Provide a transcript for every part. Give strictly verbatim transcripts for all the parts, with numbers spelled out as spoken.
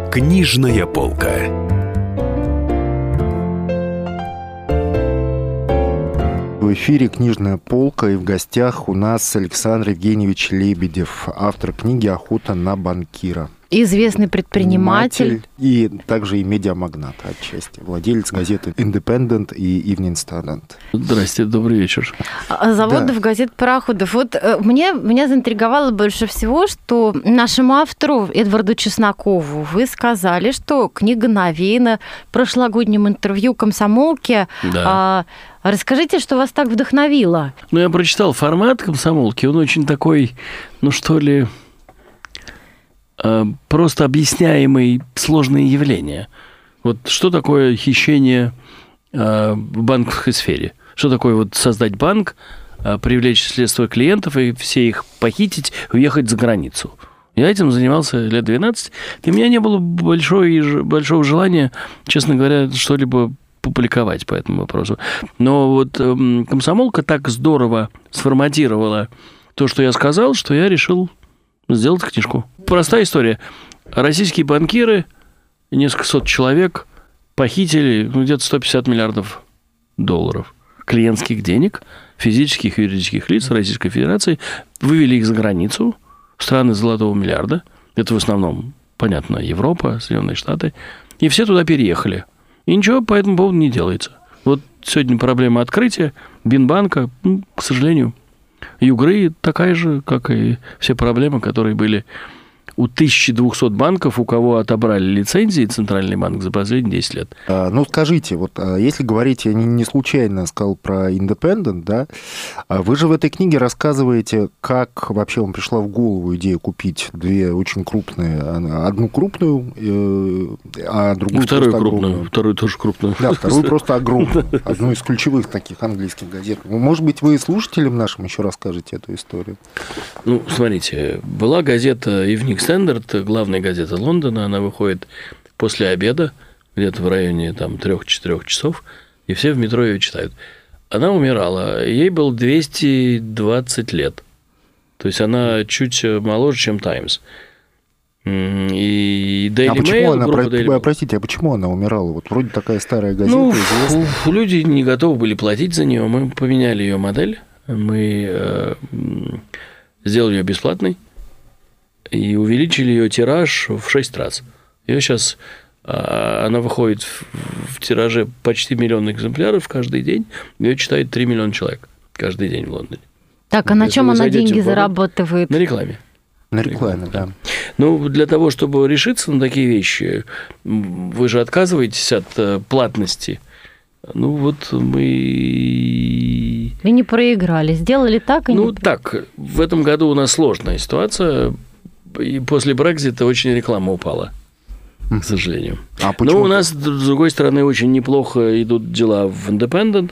Книжная полка. В эфире «Книжная полка», и в гостях у нас Александр Евгеньевич Лебедев, автор книги «Охота на банкира». Известный предприниматель. И также и медиамагнат отчасти. Владелец газеты «Индепендент» и «Ивнинг Standard». Здрасте, добрый вечер. Заводов, да. Газет, пароходов. Вот мне, меня заинтриговало больше всего, что нашему автору Эдварду Чеснокову вы сказали, что книга навеяна прошлогодним интервью «Комсомолке». Да. А, расскажите, что вас так вдохновило? Ну, я прочитал формат «Комсомолки». Он очень такой, ну, что ли... просто объясняемые сложные явления. Вот что такое хищение в банковской сфере? Что такое вот создать банк, привлечь средства клиентов и все их похитить, уехать за границу? Я этим занимался лет двенадцать, и у меня не было большого, большого желания, честно говоря, что-либо публиковать по этому вопросу. Но вот «Комсомолка» так здорово сформатировала то, что я сказал, что я решил сделать книжку. Простая история. Российские банкиры, несколько сот человек, похитили ну, где-то сто пятьдесят миллиардов долларов клиентских денег физических и юридических лиц Российской Федерации, вывели их за границу, в страны золотого миллиарда. Это в основном, понятно, Европа, Соединенные Штаты. И все туда переехали. И ничего по этому поводу не делается. Вот сегодня проблема открытия Бинбанка, ну, к сожалению, Югры такая же, как и все проблемы, которые были у тысячи двухсот банков, у кого отобрали лицензии Центральный банк за последние десять лет. А, ну, скажите, вот если говорить, я не, не случайно сказал про Independent, да, вы же в этой книге рассказываете, как вообще вам пришла в голову идея купить две очень крупные, одну крупную, а другую вторую просто крупную, огромную. Вторую тоже крупную. Да, вторую просто огромную, одну из ключевых таких английских газет. Может быть, вы слушателям нашим еще расскажете эту историю? Ну, смотрите, была газета «Ивнинг Standard», главная газета Лондона, она выходит после обеда, где-то в районе там трех-четырех часов, и все в метро ее читают. Она умирала, ей было двести двадцать лет. То есть она чуть моложе, чем «Таймс». И Daily а почему Mail, она, группа про... Daily Mail. Простите, а почему она умирала? Вот вроде такая старая газета. Ну, известная. люди не готовы были платить за нее. Мы поменяли ее модель, мы э, сделали ее бесплатной и увеличили ее тираж в шесть раз. Ее сейчас она выходит в тираже почти миллион экземпляров каждый день. Ее читает три миллиона человек каждый день в Лондоне. Так, а на чем она деньги зарабатывает? На рекламе. На рекламе, да. Ну, для того, чтобы решиться на такие вещи, вы же отказываетесь от платности. Ну, вот мы... Вы не проиграли, сделали так и ну, не... Ну, так, в этом году у нас сложная ситуация. И после Брексита очень реклама упала, к сожалению. А почему? Но у нас, с другой стороны, очень неплохо идут дела в Independent.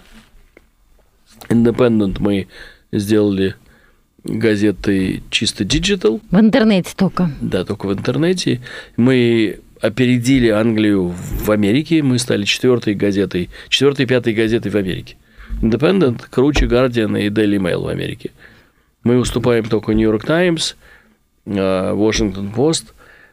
Independent мы сделали газетой чисто digital. В интернете только. Да, только в интернете. Мы опередили Англию в Америке. Мы стали четвертой газетой, четвертой и пятой газетой в Америке. Independent круче Guardian и Daily Mail в Америке. Мы уступаем только New York Times, Washington Post,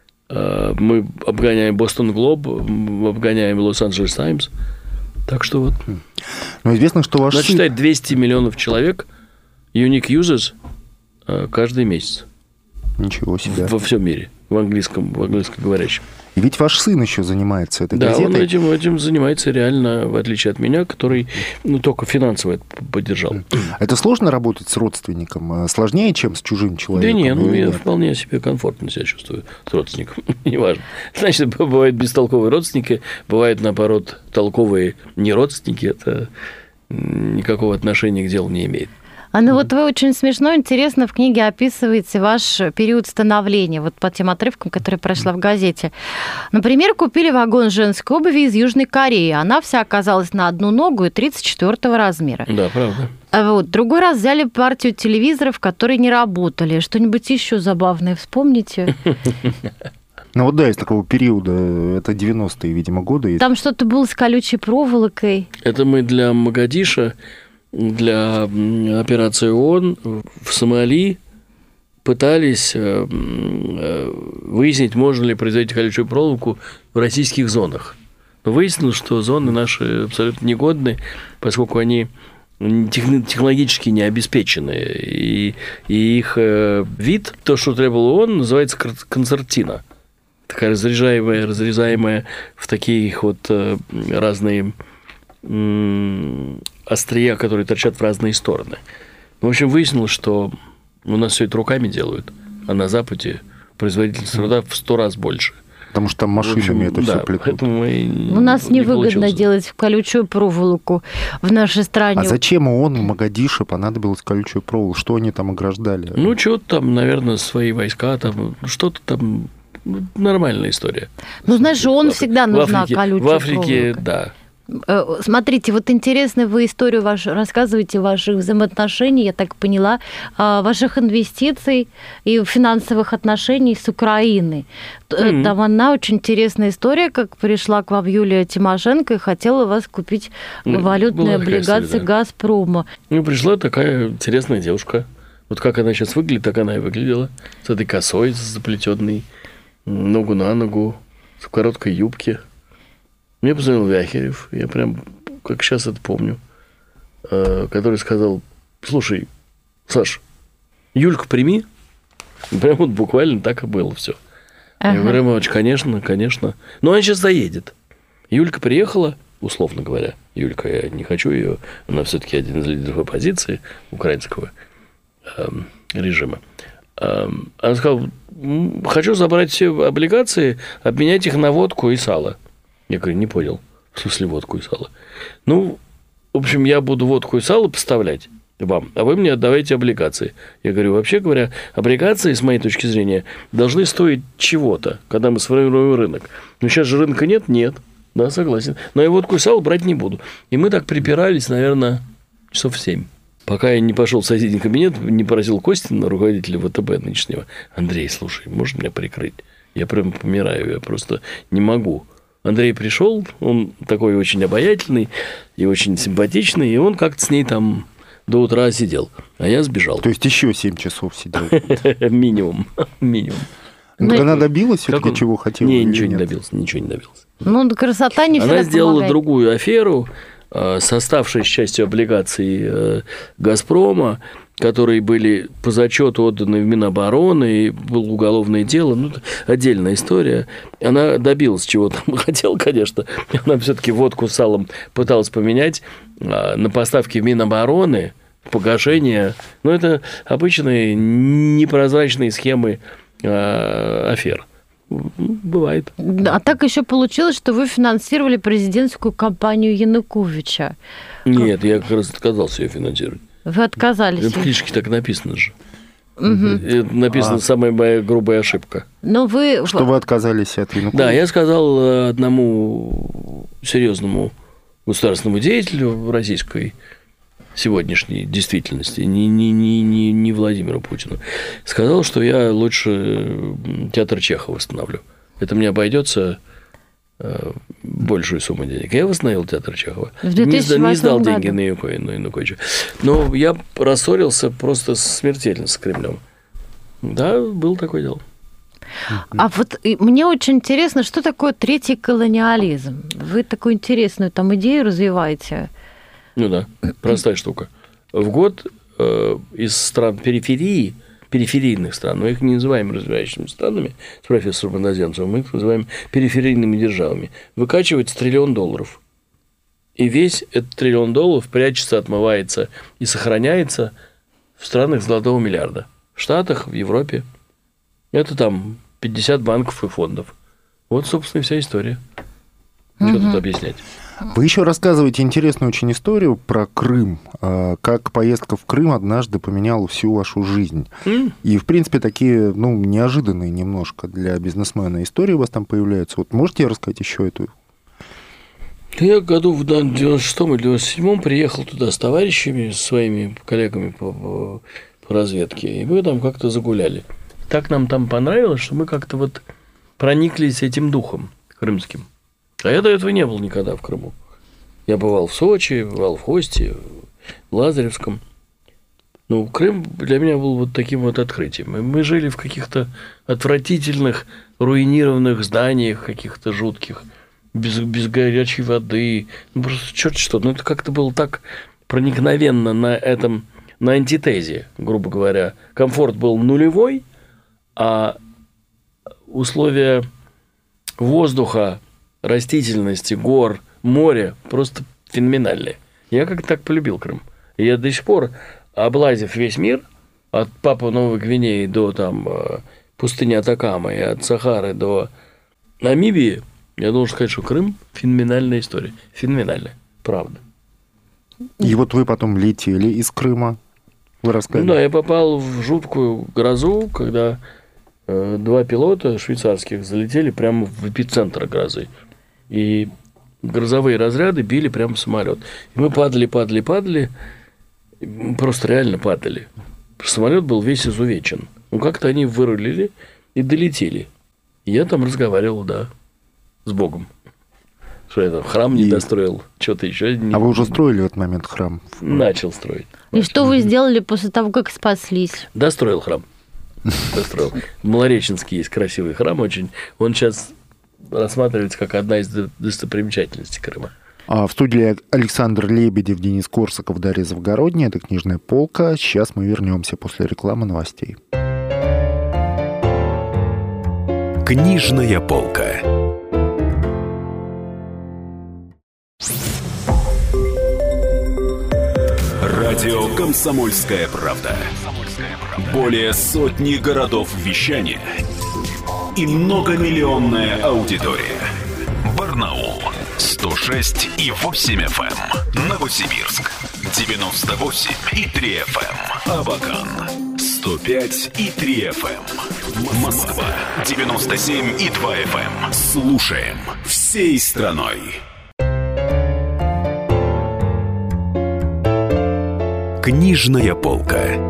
мы обгоняем Boston Globe, обгоняем Los-Angeles Times. Так что вот. Но известно, что ваш Нас сын... читает двести миллионов человек, unique users, каждый месяц. Ничего себе. Во всем мире, в английском, в английскоговорящем. И ведь ваш сын еще занимается этой да, газетой. Да, он этим, этим занимается реально, в отличие от меня, который ну, только финансово это поддержал. Это сложно работать с родственником? Сложнее, чем с чужим человеком? Да не, ну я вполне себе комфортно себя чувствую с родственником. Неважно. Значит, бывают бестолковые родственники, бывают, наоборот, толковые неродственники. Это никакого отношения к делу не имеет. А ну вот вы очень смешно, интересно в книге описываете ваш период становления, вот по тем отрывкам, которые прошла в газете. Например, купили вагон женской обуви из Южной Кореи. Она вся оказалась на одну ногу и тридцать четвёртого размера. Да, правда. А вот другой раз взяли партию телевизоров, которые не работали. Что-нибудь еще забавное вспомните? Ну вот да, из такого периода, это девяностые, видимо, годы. Там что-то было с колючей проволокой. Это мы для Могадишо, для операции ООН в Сомали пытались выяснить, можно ли производить колючую проволоку в российских зонах. Но выяснилось, что зоны наши абсолютно негодны, поскольку они технологически не обеспечены. И, и их вид, то, что требовал ООН, называется концертина. Такая разрезаемая, разрезаемая в такие вот разные острия, которые торчат в разные стороны. В общем, выяснилось, что у нас все это руками делают, а на Западе производительность труда в сто раз больше. Потому что там машинами это да, все плетут. У нас не невыгодно делать колючую проволоку в нашей стране. А зачем ООН в Могадишо понадобилась колючая проволока? Что они там ограждали? Ну, что-то там, наверное, свои войска, там что-то там... Нормальная история. Ну, знаешь, ООН всегда нужна Африке, колючая проволока. В Африке, проволока. Да. Смотрите, вот интересно, вы историю вашу рассказываете, ваших взаимоотношений, я так поняла, ваших инвестиций и финансовых отношений с Украиной. Mm-hmm. Там одна очень интересная история, как пришла к вам Юлия Тимошенко и хотела у вас купить валютные облигации да. «Газпрома». Ну, пришла такая интересная девушка. Вот как она сейчас выглядит, так она и выглядела. С этой косой заплетенной, ногу на ногу, в короткой юбке. Мне позвонил Вяхерев, я прям, как сейчас это помню, который сказал: слушай, Саш, Юльку прими. Прям вот буквально так и было все. Ага. Я говорю: Иванович, конечно, конечно. Но она сейчас заедет. Юлька приехала, условно говоря. Юлька, я не хочу ее, она все-таки один из лидеров оппозиции украинского э, режима. Э, она сказала: хочу забрать все облигации, обменять их на водку и сало. Я говорю: не понял, в смысле водку и сало? Ну, в общем, я буду водку и сало поставлять вам, а вы мне отдавайте облигации. Я говорю: вообще говоря, облигации, с моей точки зрения, должны стоить чего-то, когда мы сформируем рынок. Но сейчас же рынка нет? Нет. Да, согласен. Но я водку и сало брать не буду. И мы так припирались, наверное, часов в семь. Пока я не пошел в соседний кабинет, не поразил Костина, руководителя ВТБ нынешнего: Андрей, слушай, можешь меня прикрыть? Я прям помираю, я просто не могу. Андрей пришел, он такой очень обаятельный и очень симпатичный, и он как-то с ней там до утра сидел, а я сбежал. То есть еще семь часов сидел? Минимум, минимум. Ну, она добилась все-таки, чего хотела? Не, ничего не добился, ничего не добился. Ну, красота не всегда помогает. Она сделала другую аферу с оставшейся частью облигаций «Газпрома», которые были по зачету отданы в Минобороны, и было уголовное дело, ну, отдельная история. Она добилась чего там хотела, конечно. Она все-таки водку с салом пыталась поменять на поставки в Минобороны, погашение. Но это обычные непрозрачные схемы афер. Бывает. А так еще получилось, что вы финансировали президентскую кампанию Януковича. Нет, как... я как раз отказался ее финансировать. Вы отказались? В книжке так написано же. Угу. Написана а. самая моя грубая ошибка. Но вы... Что вы отказались от Януковича? Да, я сказал одному серьезному государственному деятелю российской сегодняшней действительности, не, не, не, не, не Владимиру Путину, сказал, что я лучше театр Чехова восстановлю. Это мне обойдется большую сумму денег. Я восстановил театр Чехова. Не, не сдал году. деньги на Януковича. Но я рассорился просто смертельно с Кремлем. Да, было такое дело. А вот мне очень интересно, что такое третий колониализм? Вы такую интересную там идею развиваете? Ну да, простая штука. В год э, из стран периферии, периферийных стран, мы их не называем развивающимися странами с профессором Иноземцевым, мы их называем периферийными державами, выкачивается триллион долларов. И весь этот триллион долларов прячется, отмывается и сохраняется в странах золотого миллиарда. В Штатах, в Европе. Это там пятьдесят банков и фондов. Вот, собственно, и вся история. Что угу. тут объяснять? Вы еще рассказываете интересную очень историю про Крым, как поездка в Крым однажды поменяла всю вашу жизнь. Mm. И, в принципе, такие, ну, неожиданные немножко для бизнесмена истории у вас там появляются. Вот можете рассказать еще эту? Я году в девяносто шестом или девяносто седьмом приехал туда с товарищами, с своими коллегами по, по, по разведке, и мы там как-то загуляли. Так нам там понравилось, что мы как-то вот прониклись этим духом крымским. А я до этого не был никогда в Крыму. Я бывал в Сочи, бывал в Хосте, в Лазаревском. Ну, Крым для меня был вот таким вот открытием. Мы жили в каких-то отвратительных, руинированных зданиях, каких-то жутких, без, без горячей воды. Ну, просто черт что. Ну, это как-то было так проникновенно на этом, на антитезе, грубо говоря. Комфорт был нулевой, а условия воздуха, растительности, гор, моря просто феноменальные. Я как-то так полюбил Крым. И я до сих пор, облазив весь мир, от Папуа Новой Гвинеи до там, пустыни Атакама и от Сахары до Намибии, я должен сказать, что Крым – феноменальная история. Феноменальная, правда. И вот вы потом летели из Крыма, вы рассказали. Ну да, я попал в жуткую грозу, когда э, два пилота швейцарских залетели прямо в эпицентр грозы. И грозовые разряды били прямо в самолет. И мы падали, падали, падали, просто реально падали. Самолет был весь изувечен. Ну, как-то они вырулили и долетели. И я там разговаривал, да, с Богом. Что я там храм не и... достроил, что-то еще. Не... А вы уже строили в этот момент храм? Начал строить. И Начал. Что вы сделали после того, как спаслись? Достроил храм. Достроил. В Малореченске есть красивый храм очень. Он сейчас рассматривается как одна из достопримечательностей Крыма. А в студии Александр Лебедев, Денис Корсаков, Дарья Завгородняя. Это «Книжная полка». Сейчас мы вернемся после рекламы, новостей. «Книжная полка». Радио «Комсомольская правда». Более сотни городов вещания и многомиллионная аудитория. Барнаул сто шесть и восемь эф эм, Новосибирск девяносто восемь и три эф эм, Абакан сто пять и три эф эм, Москва девяносто семь и два эф эм. Слушаем всей страной. Книжная полка.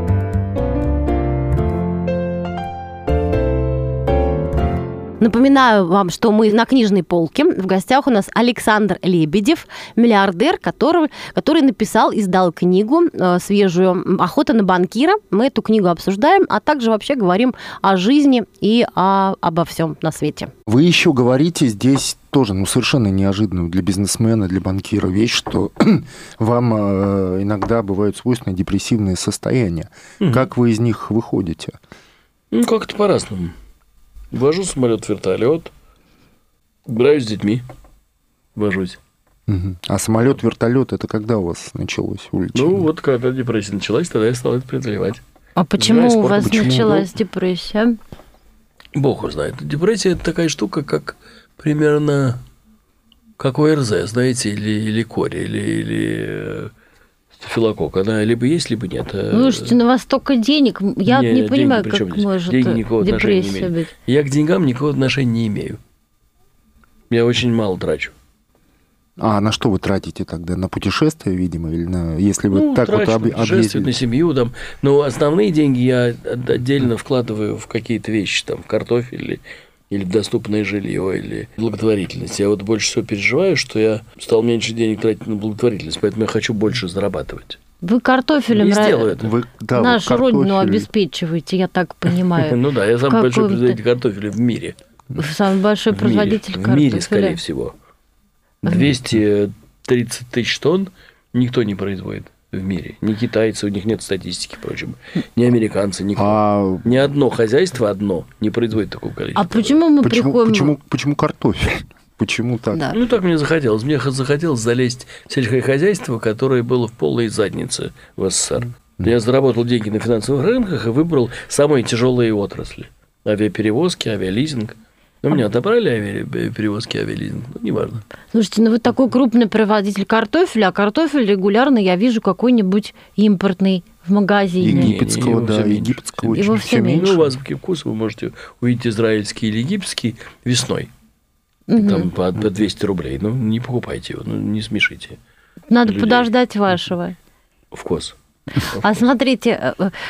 Напоминаю вам, что мы на «Книжной полке». В гостях у нас Александр Лебедев, миллиардер, который, который написал, издал книгу э, свежую «Охота на банкира». Мы эту книгу обсуждаем, а также вообще говорим о жизни и о, обо всем на свете. Вы еще говорите здесь тоже, ну, совершенно неожиданную для бизнесмена, для банкира вещь, что вам э, иногда бывают свойственны депрессивные состояния. Угу. Как вы из них выходите? Ну, как-то по-разному. Вожу самолет в вертолет, играю с детьми, вожусь. Угу. А самолет-вертолет это когда у вас началось увлечение? Ну, вот когда депрессия началась, тогда я стал это преодолевать. А почему у вас почему? началась депрессия? Бог его знает. Депрессия – это такая штука, как примерно как о эр зэ, знаете, или, или кори, или, или стафилококк. Она либо есть, либо нет. Слушайте, на вас столько денег. Я не, не понимаю, как здесь? Может депрессия быть. Я к деньгам никакого отношения не имею. Я очень мало трачу. А на что вы тратите тогда? На путешествия, видимо, или на, если вы ну, так трачу вот об... на путешествия, на семью там. Но основные деньги я отдельно вкладываю в какие-то вещи, там, в картофель или, или в доступное жилье, или благотворительность. Я вот больше всего переживаю, что я стал меньше денег тратить на благотворительность, поэтому я хочу больше зарабатывать. Вы картофелем ра... вы, да, нашу вы картофель... родину обеспечиваете, я так понимаю. Ну да, я самый большой производитель картофеля в мире. Самый большой производитель картофеля. В мире, скорее всего. двести тридцать тысяч тонн никто не производит в мире. Ни китайцы, у них нет статистики, впрочем. Ни американцы, никто. А... Ни одно хозяйство одно не производит такого количества. А почему мы почему, приходим... Почему, почему картофель? Почему так? Да. Ну, так мне захотелось. Мне захотелось залезть в сельское хозяйство, которое было в полной заднице в эс эс эс эр. Mm. Я заработал деньги на финансовых рынках и выбрал самые тяжелые отрасли. Авиаперевозки, авиализинг. Ну, меня отобрали авиаперевозки, авиализинг, ну, неважно. Слушайте, ну вы такой крупный производитель картофеля, а картофель регулярно я вижу какой-нибудь импортный в магазине. Египетского, не, не, да, египетского очень все меньше. Ну, у вас какие вкусы, вы можете увидеть израильский или египетский весной. Угу. Там по двести рублей. Ну, не покупайте его, ну, не смешите. Надо людей. Подождать вашего. Вкус. А смотрите,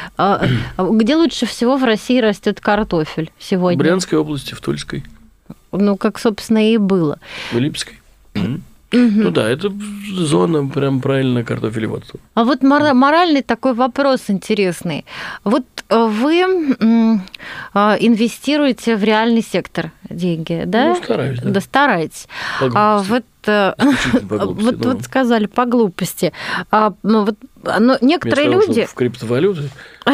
где лучше всего в России растет картофель сегодня? В Брянской области, в Тульской. Ну, как, собственно, и было. В Липецкой. Ну да, это зона прям правильно картофелеводства. А вот моральный такой вопрос интересный. Вот вы инвестируете в реальный сектор деньги, да? Ну, стараюсь, да. Да, стараетесь. А вот, по глупости, вот, да. вот сказали по глупости. А, ну, вот, но некоторые Вместо того, люди... в криптовалюты...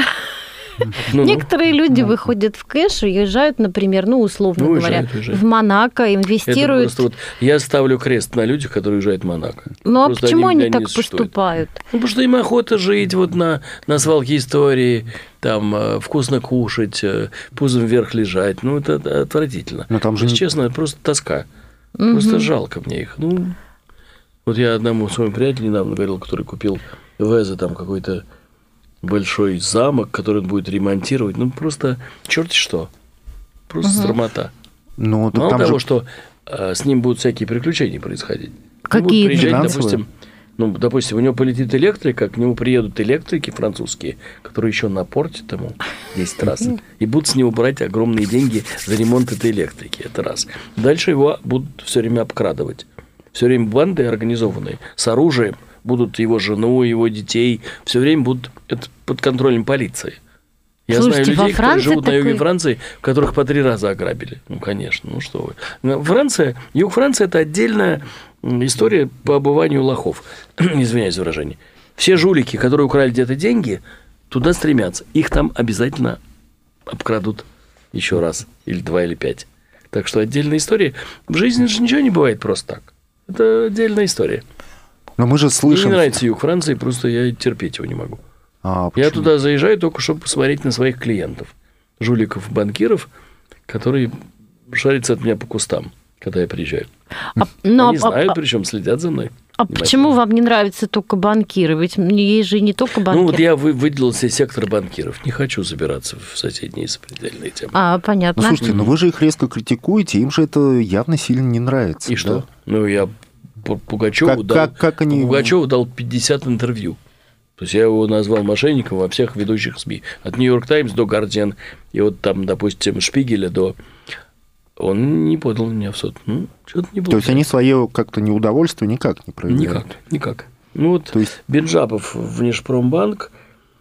Ну, Некоторые ну. люди выходят в кэш и уезжают, например, ну, условно ну, говоря, уезжают, уезжают. в Монако, инвестируют. Это просто вот я ставлю крест на людях, которые уезжают в Монако. Ну, просто а почему они, они так существуют. поступают? Ну, потому что им охота жить вот на, на свалке истории, там, вкусно кушать, пузом вверх лежать. Ну, это отвратительно. Но там же Если не... честно, это просто тоска. Угу. Просто жалко мне их. Ну, вот я одному своему приятелю недавно говорил, который купил в Эзе там какой-то большой замок, который он будет ремонтировать. Ну, просто черти что. Просто угу. срамота. Ну, мало того, же... что э, с ним будут всякие приключения происходить. Какие? Будут приезжать, допустим, ну, допустим, у него полетит электрика, к нему приедут электрики французские, которые еще напортят ему десять раз, и будут с него брать огромные деньги за ремонт этой электрики. Это раз. Дальше его будут все время обкрадывать. Все время банды организованные, с оружием, будут его жену, его детей, все время будут это под контролем полиции. Я Слушайте, знаю людей, которые живут такой... на юге Франции, которых по три раза ограбили. Ну, конечно, ну что вы. Франция, юг Франции – это отдельная история по обыванию лохов. Извиняюсь за выражение. Все жулики, которые украли где-то деньги, туда стремятся. Их там обязательно обкрадут еще раз, или два, или пять. Так что отдельная история. В жизни же ничего не бывает просто так. Это отдельная история. Но мы же слышим... Мне не нравится юг Франции, просто я терпеть его не могу. А, я туда заезжаю только, чтобы посмотреть на своих клиентов. Жуликов, банкиров, которые шарятся от меня по кустам, когда я приезжаю. А, но, Они а, знают, а, причем следят за мной. А почему вам не нравятся только банкиры? Ведь есть же не только банкиры. Ну, вот я выделил себе сектор банкиров. Не хочу забираться в соседние сопредельные темы. А, понятно. Ну, слушайте, но вы же их резко критикуете, им же это явно сильно не нравится. И да? что? Ну, я Пугачеву, как, дал, как, как они... Пугачеву дал пятьдесят интервью. То есть я его назвал мошенником во всех ведущих СМИ. От Нью-Йорк Таймс до Гардиан. И вот там, допустим, Шпигеля до... Он не подал меня в суд. Ну, что-то не было. То есть они свое как-то неудовольствие никак не проявляют? Никак, никак. Ну вот То есть... Бенджапов, Внешпромбанк,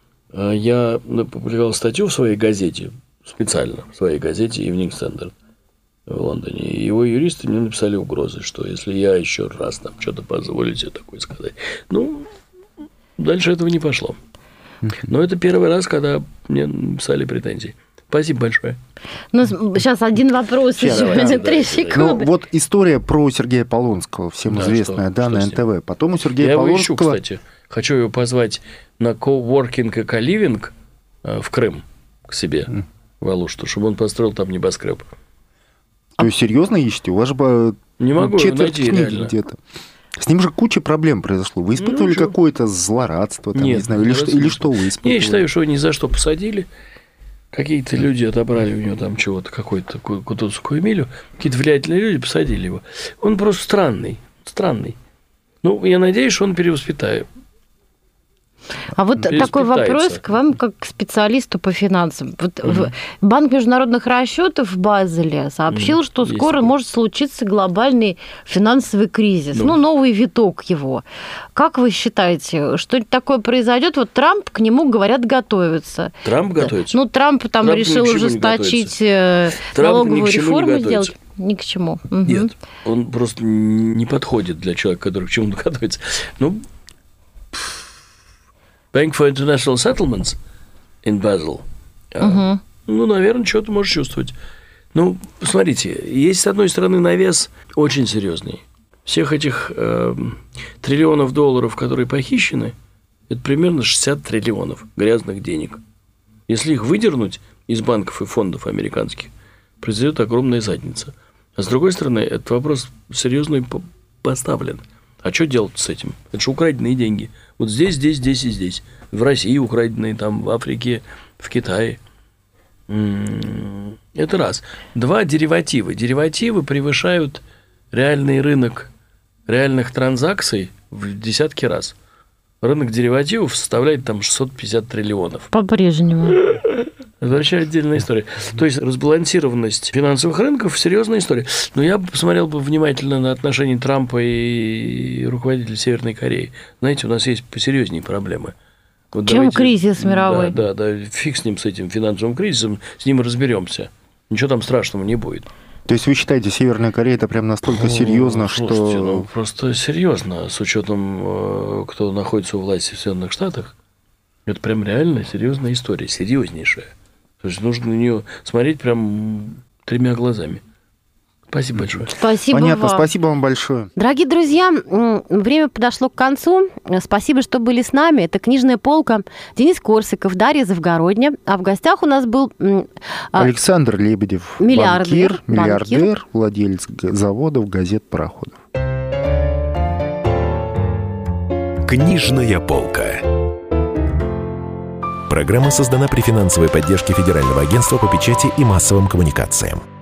я опубликовал статью в своей газете, специально в своей газете Evening Standard в Лондоне. И его юристы мне написали угрозы, что если я еще раз там что-то позволю себе такое сказать. Ну, дальше этого не пошло. Но это первый раз, когда мне написали претензии. Спасибо большое. Ну, сейчас один вопрос сейчас, еще, да, три да, секунды. Ну, вот история про Сергея Полонского, всем да, известная, что, да, что на эн тэ вэ. Потом у Сергея Я Полонского... его ищу, кстати. Хочу его позвать на коворкинг и коливинг в Крым к себе, mm. в Алушту, чтобы он построил там небоскреб. То есть, серьезно ищете? У вас же не могу четверть найти, книги реально. где-то. С ним же куча проблем произошло. Вы испытывали ну, какое-то злорадство? Там, Нет, не знаю, или, что, или что вы испытывали? Я считаю, что ни за что посадили. Какие-то люди отобрали у него там чего-то, какую-то кутузовскую милю. Какие-то влиятельные люди посадили его. Он просто странный. Странный. Ну, я надеюсь, что он перевоспитаю. А вот такой вопрос к вам, как к специалисту по финансам. Вот mm-hmm. Банк международных расчетов в Базеле сообщил, mm-hmm. что Есть скоро такое. может случиться глобальный финансовый кризис, ну. ну, новый виток его. Как вы считаете, что такое произойдет? Вот Трамп к нему, говорят, готовится. Трамп готовится? Ну, Трамп там Трамп решил ужесточить налоговую реформу сделать. Ни к чему. Угу. Нет, он просто не подходит для человека, который к чему-то готовится. Ну, Bank for International Settlements in Basel. Uh-huh. Ну, наверное, что-то можешь чувствовать. Ну, посмотрите, есть, с одной стороны, навес очень серьезный. Всех этих э, триллионов долларов, которые похищены, это примерно шестьдесят триллионов грязных денег. Если их выдернуть из банков и фондов американских, произойдет огромная задница. А с другой стороны, этот вопрос серьезно поставлен. А что делать с этим? Это же украденные деньги. Вот здесь, здесь, здесь и здесь. В России украденные, там, в Африке, в Китае. Это раз. Два, деривативы. Деривативы превышают реальный рынок реальных транзакций в десятки раз. Рынок деривативов составляет там шестьсот пятьдесят триллионов. По-прежнему. Это вообще отдельная история. То есть разбалансированность финансовых рынков – серьезная история. Но я бы посмотрел бы внимательно на отношения Трампа и руководителя Северной Кореи. Знаете, у нас есть посерьезнее проблемы. Вот Чем давайте, кризис мировой? Да, да, да, фиг с ним, с этим финансовым кризисом, с ним разберемся. Ничего там страшного не будет. То есть вы считаете, Северная Корея это прям настолько ну, серьезно, слушайте, что... ну, просто серьезно, с учетом, кто находится у власти в Соединенных Штатах, это прям реально серьезная история, серьезнейшая. То есть нужно на нее смотреть прям тремя глазами. Спасибо большое. Спасибо Понятно, вам. Спасибо вам большое. Дорогие друзья, время подошло к концу. Спасибо, что были с нами. Это «Книжная полка». Денис Корсаков, Дарья Завгородня. А в гостях у нас был... Александр Лебедев, миллиардер, банкир, миллиардер, банкир. Владелец заводов, газет, пароходов. «Книжная полка». Программа создана при финансовой поддержке Федерального агентства по печати и массовым коммуникациям.